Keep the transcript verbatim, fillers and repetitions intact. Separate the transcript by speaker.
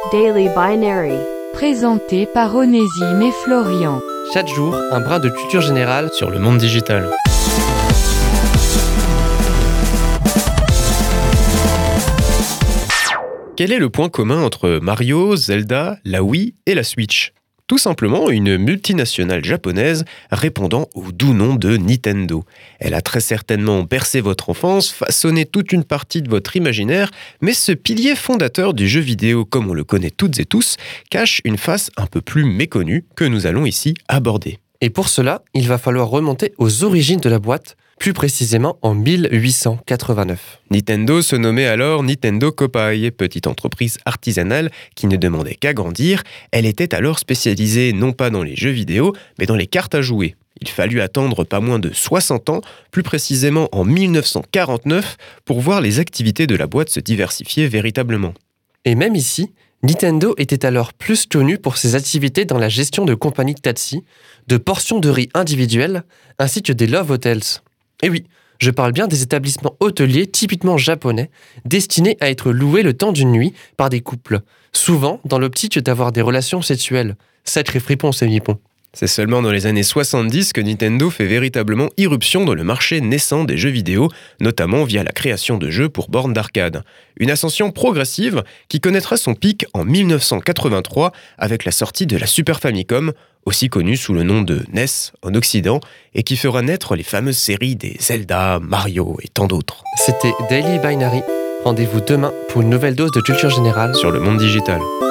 Speaker 1: Daily Binary.
Speaker 2: Présenté par Onésime et Florian.
Speaker 3: Chaque jour, un brin de culture générale
Speaker 4: sur le monde digital. Quel est le point commun entre Mario, Zelda, la Wii et la Switch ? Tout simplement une multinationale japonaise répondant au doux nom de Nintendo. Elle a très certainement bercé votre enfance, façonné toute une partie de votre imaginaire, mais ce pilier fondateur du jeu vidéo comme on le connaît toutes et tous cache une face un peu plus méconnue que nous allons ici aborder.
Speaker 3: Et pour cela, il va falloir remonter aux origines de la boîte, plus précisément en mille huit cent quatre-vingt-neuf.
Speaker 4: Nintendo se nommait alors Nintendo Kopai, petite entreprise artisanale qui ne demandait qu'à grandir. Elle était alors spécialisée non pas dans les jeux vidéo, mais dans les cartes à jouer. Il fallut attendre pas moins de soixante ans, plus précisément en mille neuf cent quarante-neuf, pour voir les activités de la boîte se diversifier véritablement.
Speaker 3: Et même ici, Nintendo était alors plus connu pour ses activités dans la gestion de compagnies de taxi, de portions de riz individuelles, ainsi que des love hotels. Et oui, je parle bien des établissements hôteliers typiquement japonais, destinés à être loués le temps d'une nuit par des couples, souvent dans l'optique d'avoir des relations sexuelles. Sacré fripon, ces nippons.
Speaker 4: C'est seulement dans les années soixante-dix que Nintendo fait véritablement irruption dans le marché naissant des jeux vidéo, notamment via la création de jeux pour bornes d'arcade. Une ascension progressive qui connaîtra son pic en mille neuf cent quatre-vingt-trois avec la sortie de la Super Famicom, aussi connue sous le nom de N E S en Occident, et qui fera naître les fameuses séries des Zelda, Mario et tant d'autres.
Speaker 3: C'était Daily Binary. Rendez-vous demain pour une nouvelle dose de culture générale
Speaker 4: sur le monde digital.